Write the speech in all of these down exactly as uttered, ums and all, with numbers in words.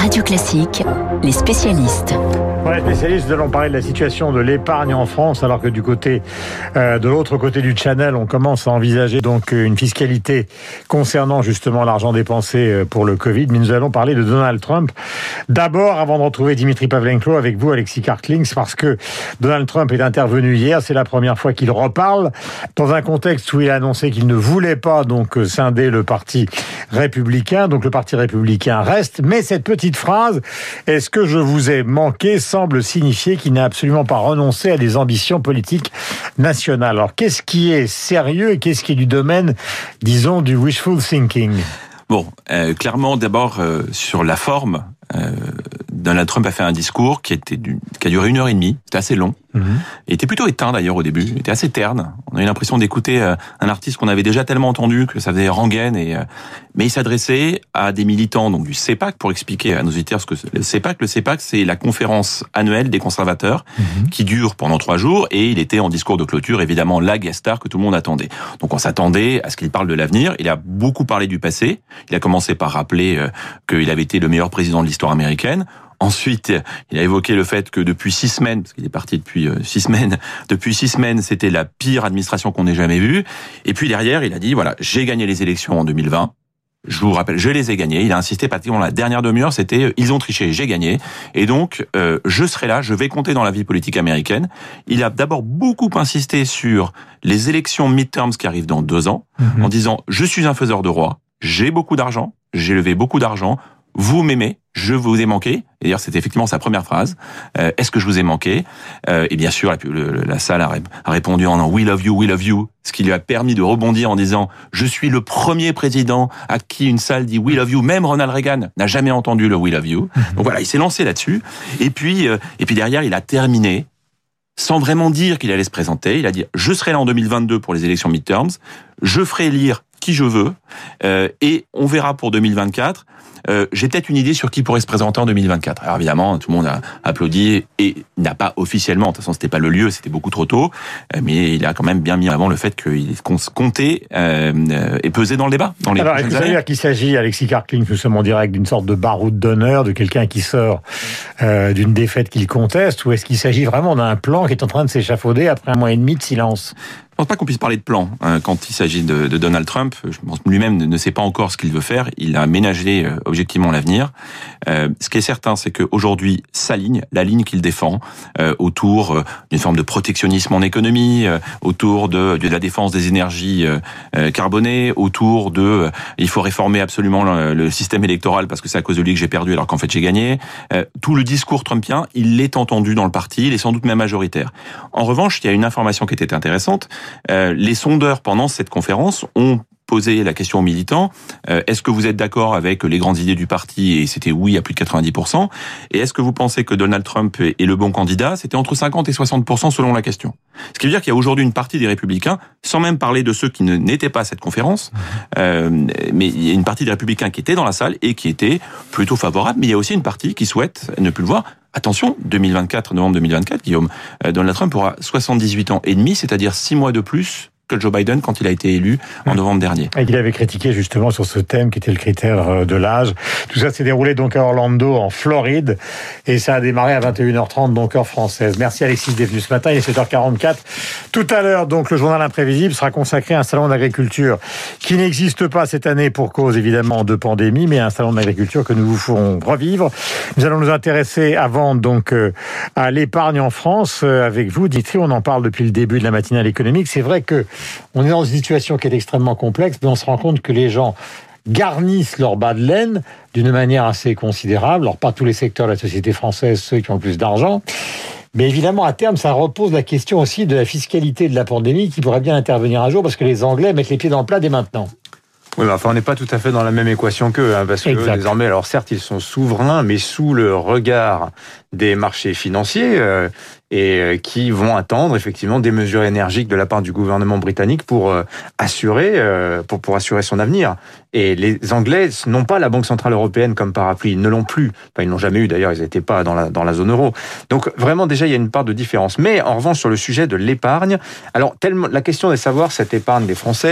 Radio Classique, les spécialistes. Pour les spécialistes, nous allons parler de la situation de l'épargne en France, alors que du côté, euh, de l'autre côté du Channel, on commence à envisager donc une fiscalité concernant justement l'argent dépensé pour le Covid. Mais nous allons parler de Donald Trump. D'abord, avant de retrouver Dimitri Pavlenko, avec vous, Alexis Karklings, parce que Donald Trump est intervenu hier. C'est la première fois qu'il reparle dans un contexte où il a annoncé qu'il ne voulait pas donc scinder le parti républicain. Donc le parti républicain reste. Mais cette petite phrase, est-ce que je vous ai manqué, semble signifier qu'il n'a absolument pas renoncé à des ambitions politiques nationales. Alors, qu'est-ce qui est sérieux et qu'est-ce qui est du domaine, disons, du wishful thinking ? Bon, euh, clairement, d'abord, euh, sur la forme, euh, Donald Trump a fait un discours qui, était du, qui a duré une heure et demie. C'était assez long. Mm-hmm. Il était plutôt éteint, d'ailleurs, au début. Il était assez terne. On a eu l'impression d'écouter euh, un artiste qu'on avait déjà tellement entendu que ça faisait rengaine. Et, euh, mais il s'adressait à des militants donc du C PAC, pour expliquer à nos auditeurs ce que c'est le C PAC. Le C PAC, c'est la conférence annuelle des conservateurs mm-hmm. qui dure pendant trois jours. Et il était en discours de clôture, évidemment, la guest star que tout le monde attendait. Donc on s'attendait à ce qu'il parle de l'avenir. Il a beaucoup parlé du passé. Il a commencé par rappeler euh, qu'il avait été le meilleur président de l'histoire américaine. Ensuite, il a évoqué le fait que depuis six semaines, parce qu'il est parti depuis euh, six semaines, depuis six semaines, c'était la pire administration qu'on ait jamais vue. Et puis derrière, il a dit, voilà, j'ai gagné les élections en deux mille vingt. Je vous rappelle, je les ai gagnés. Il a insisté pratiquement la dernière demi-heure, c'était ils ont triché, j'ai gagné. Et donc, euh, je serai là, je vais compter dans la vie politique américaine. Il a d'abord beaucoup insisté sur les élections midterms qui arrivent dans deux ans, mmh. en disant, je suis un faiseur de roi, j'ai beaucoup d'argent, j'ai levé beaucoup d'argent, vous m'aimez, je vous ai manqué. Et d'ailleurs, c'était effectivement sa première phrase. Euh, Est-ce que je vous ai manqué euh, Et bien sûr, la, le, la salle a, ré, a répondu en « We love you, we love you », ce qui lui a permis de rebondir en disant « Je suis le premier président à qui une salle dit « We love you ». Même Ronald Reagan n'a jamais entendu le « We love you ». Donc voilà, il s'est lancé là-dessus. Et puis, euh, et puis derrière, il a terminé sans vraiment dire qu'il allait se présenter. Il a dit « Je serai là en deux mille vingt-deux pour les élections midterms. Je ferai élire qui je veux. Euh, et on verra pour deux mille vingt-quatre. Euh, j'ai peut-être une idée sur qui pourrait se présenter en deux mille vingt-quatre. Alors évidemment, tout le monde a applaudi et n'a pas officiellement, de toute façon c'était pas le lieu, c'était beaucoup trop tôt, mais il a quand même bien mis en avant le fait qu'il comptait euh, et pesait dans le débat. Dans les Alors, est-ce que ça veut dire qu'il s'agit, Alexis Karklings, nous sommes en direct, d'une sorte de baroud d'honneur, de quelqu'un qui sort euh, d'une défaite qu'il conteste, ou est-ce qu'il s'agit vraiment d'un plan qui est en train de s'échafauder après un mois et demi de silence ? Je ne pense pas qu'on puisse parler de plan hein, quand il s'agit de, de Donald Trump. Je pense lui-même ne sait pas encore ce qu'il veut faire. Il a ménagé euh, objectivement l'avenir. Euh, ce qui est certain, c'est qu'aujourd'hui, sa ligne, la ligne qu'il défend, euh, autour euh, d'une forme de protectionnisme en économie, euh, autour de, de la défense des énergies euh, euh, carbonées, autour de euh, il faut réformer absolument le, le système électoral parce que c'est à cause de lui que j'ai perdu alors qu'en fait j'ai gagné. Euh, tout le discours trumpien, il l'est entendu dans le parti, il est sans doute même majoritaire. En revanche, il y a une information qui était intéressante. Euh, les sondeurs, pendant cette conférence, ont posé la question aux militants, euh, est-ce que vous êtes d'accord avec les grandes idées du parti? Et c'était oui à plus de quatre-vingt-dix pour cent. Et est-ce que vous pensez que Donald Trump est le bon candidat? C'était entre cinquante et soixante pour cent selon la question. Ce qui veut dire qu'il y a aujourd'hui une partie des républicains, sans même parler de ceux qui ne, n'étaient pas à cette conférence, euh, mais il y a une partie des républicains qui étaient dans la salle et qui étaient plutôt favorables, mais il y a aussi une partie qui souhaite ne plus le voir. Attention, deux mille vingt-quatre, novembre deux mille vingt-quatre, Guillaume, euh, Donald Trump aura soixante-dix-huit ans et demi, c'est-à-dire six mois de plus que Joe Biden quand il a été élu en novembre dernier. Et qu'il avait critiqué justement sur ce thème qui était le critère de l'âge. Tout ça s'est déroulé donc à Orlando, en Floride, et ça a démarré à vingt et une heures trente, donc heure française. Merci Alexis d'être venu ce matin, il est sept heures quarante-quatre. Tout à l'heure, donc, le journal imprévisible sera consacré à un salon d'agriculture qui n'existe pas cette année pour cause évidemment de pandémie, mais un salon d'agriculture que nous vous ferons revivre. Nous allons nous intéresser avant donc euh, à l'épargne en France euh, avec vous, Dimitri. On en parle depuis le début de la matinale économique. C'est vrai que on est dans une situation qui est extrêmement complexe, mais on se rend compte que les gens garnissent leur bas de laine d'une manière assez considérable. Alors, pas tous les secteurs de la société française, ceux qui ont le plus d'argent. Mais évidemment, à terme, ça repose la question aussi de la fiscalité de la pandémie qui pourrait bien intervenir un jour parce que les Anglais mettent les pieds dans le plat dès maintenant. Oui, mais enfin, on n'est pas tout à fait dans la même équation qu'eux, hein, parce que eux, désormais, alors certes, ils sont souverains, mais sous le regard des marchés financiers euh, et euh, qui vont attendre effectivement des mesures énergiques de la part du gouvernement britannique pour euh, assurer, euh, pour pour assurer son avenir. Et les Anglais n'ont pas la Banque centrale européenne comme parapluie, ils ne l'ont plus. Enfin, ils n'ont jamais eu d'ailleurs, ils n'étaient pas dans la dans la zone euro. Donc vraiment, déjà, il y a une part de différence. Mais en revanche, sur le sujet de l'épargne, alors tellement la question est de savoir cette épargne des Français.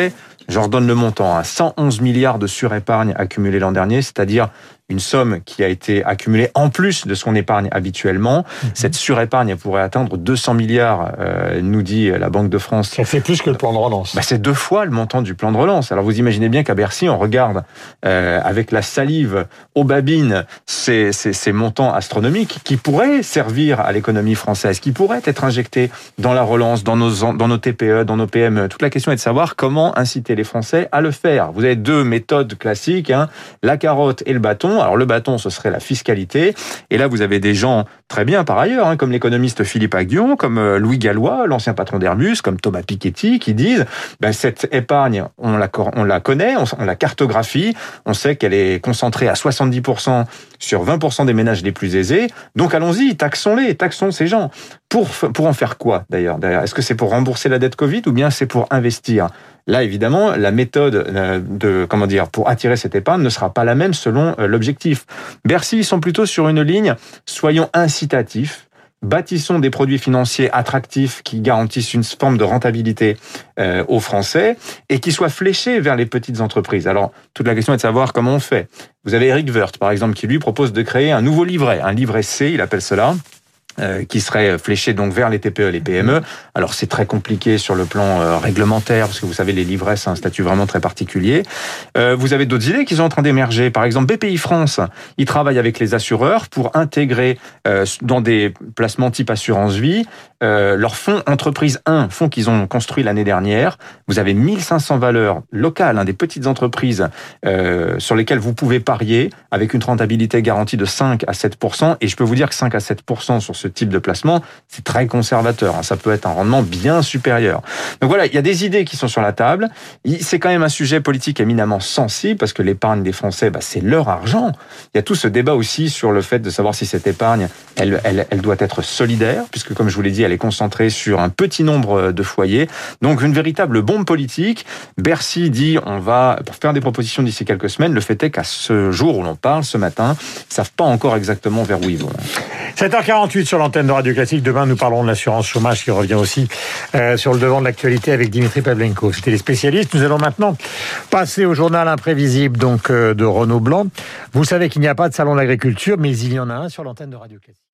Je redonne le montant, hein, cent onze milliards de surépargne accumulée l'an dernier, c'est-à-dire une somme qui a été accumulée en plus de ce qu'on épargne habituellement. Mmh. Cette surépargne pourrait atteindre deux cents milliards, euh, nous dit la Banque de France. Ça fait plus que le plan de relance. Bah, c'est deux fois le montant du plan de relance. Alors vous imaginez bien qu'à Bercy, on regarde euh, avec la salive aux babines ces, ces, ces montants astronomiques qui pourraient servir à l'économie française, qui pourraient être injectés dans la relance, dans nos, dans nos T P E, dans nos P M E. Toute la question est de savoir comment inciter les Français à le faire. Vous avez deux méthodes classiques, hein, la carotte et le bâton. Alors le bâton, ce serait la fiscalité. Et là, vous avez des gens très bien par ailleurs, hein, comme l'économiste Philippe Aghion, comme Louis Gallois, l'ancien patron d'Airbus, comme Thomas Piketty, qui disent ben, cette épargne, on la, on la connaît, on, on la cartographie, on sait qu'elle est concentrée à soixante-dix pour cent sur vingt pour cent des ménages les plus aisés. Donc allons-y, taxons-les, taxons ces gens. Pour, pour en faire quoi d'ailleurs, d'ailleurs Est-ce que c'est pour rembourser la dette Covid ou bien c'est pour investir ? Là, évidemment, la méthode de, comment dire, pour attirer cette épargne ne sera pas la même selon l'objectif. Bercy, ils sont plutôt sur une ligne, soyons incitatifs, bâtissons des produits financiers attractifs qui garantissent une forme de rentabilité euh, aux Français et qui soient fléchés vers les petites entreprises. Alors, toute la question est de savoir comment on fait. Vous avez Eric Woerth, par exemple, qui lui propose de créer un nouveau livret, un livret C, il appelle cela, Euh, qui serait fléché donc vers les T P E, les P M E. Alors c'est très compliqué sur le plan euh, réglementaire parce que vous savez les livrets c'est un statut vraiment très particulier. Euh, vous avez d'autres idées qui sont en train d'émerger. Par exemple B P I France, ils travaillent avec les assureurs pour intégrer euh, dans des placements type assurance vie euh, leur fonds entreprise un, fonds qu'ils ont construit l'année dernière. Vous avez mille cinq cents valeurs locales, hein, des petites entreprises euh, sur lesquelles vous pouvez parier avec une rentabilité garantie de cinq à sept pour cent. Et je peux vous dire que cinq à sept pour cent sur ce type de placement, c'est très conservateur. Ça peut être un rendement bien supérieur. Donc voilà, il y a des idées qui sont sur la table. C'est quand même un sujet politique éminemment sensible parce que l'épargne des Français, bah, c'est leur argent. Il y a tout ce débat aussi sur le fait de savoir si cette épargne, elle, elle, elle doit être solidaire, puisque comme je vous l'ai dit, elle est concentrée sur un petit nombre de foyers. Donc une véritable bombe politique. Bercy dit on va faire des propositions d'ici quelques semaines. Le fait est qu'à ce jour où l'on parle, ce matin, ils ne savent pas encore exactement vers où ils vont. sept heures quarante-huit sur l'antenne de Radio Classique. Demain, nous parlerons de l'assurance chômage qui revient aussi euh, sur le devant de l'actualité avec Dimitri Pavlenko. C'était les spécialistes. Nous allons maintenant passer au journal imprévisible donc euh, de Renaud Blanc. Vous savez qu'il n'y a pas de salon de l'agriculture, mais il y en a un sur l'antenne de Radio Classique.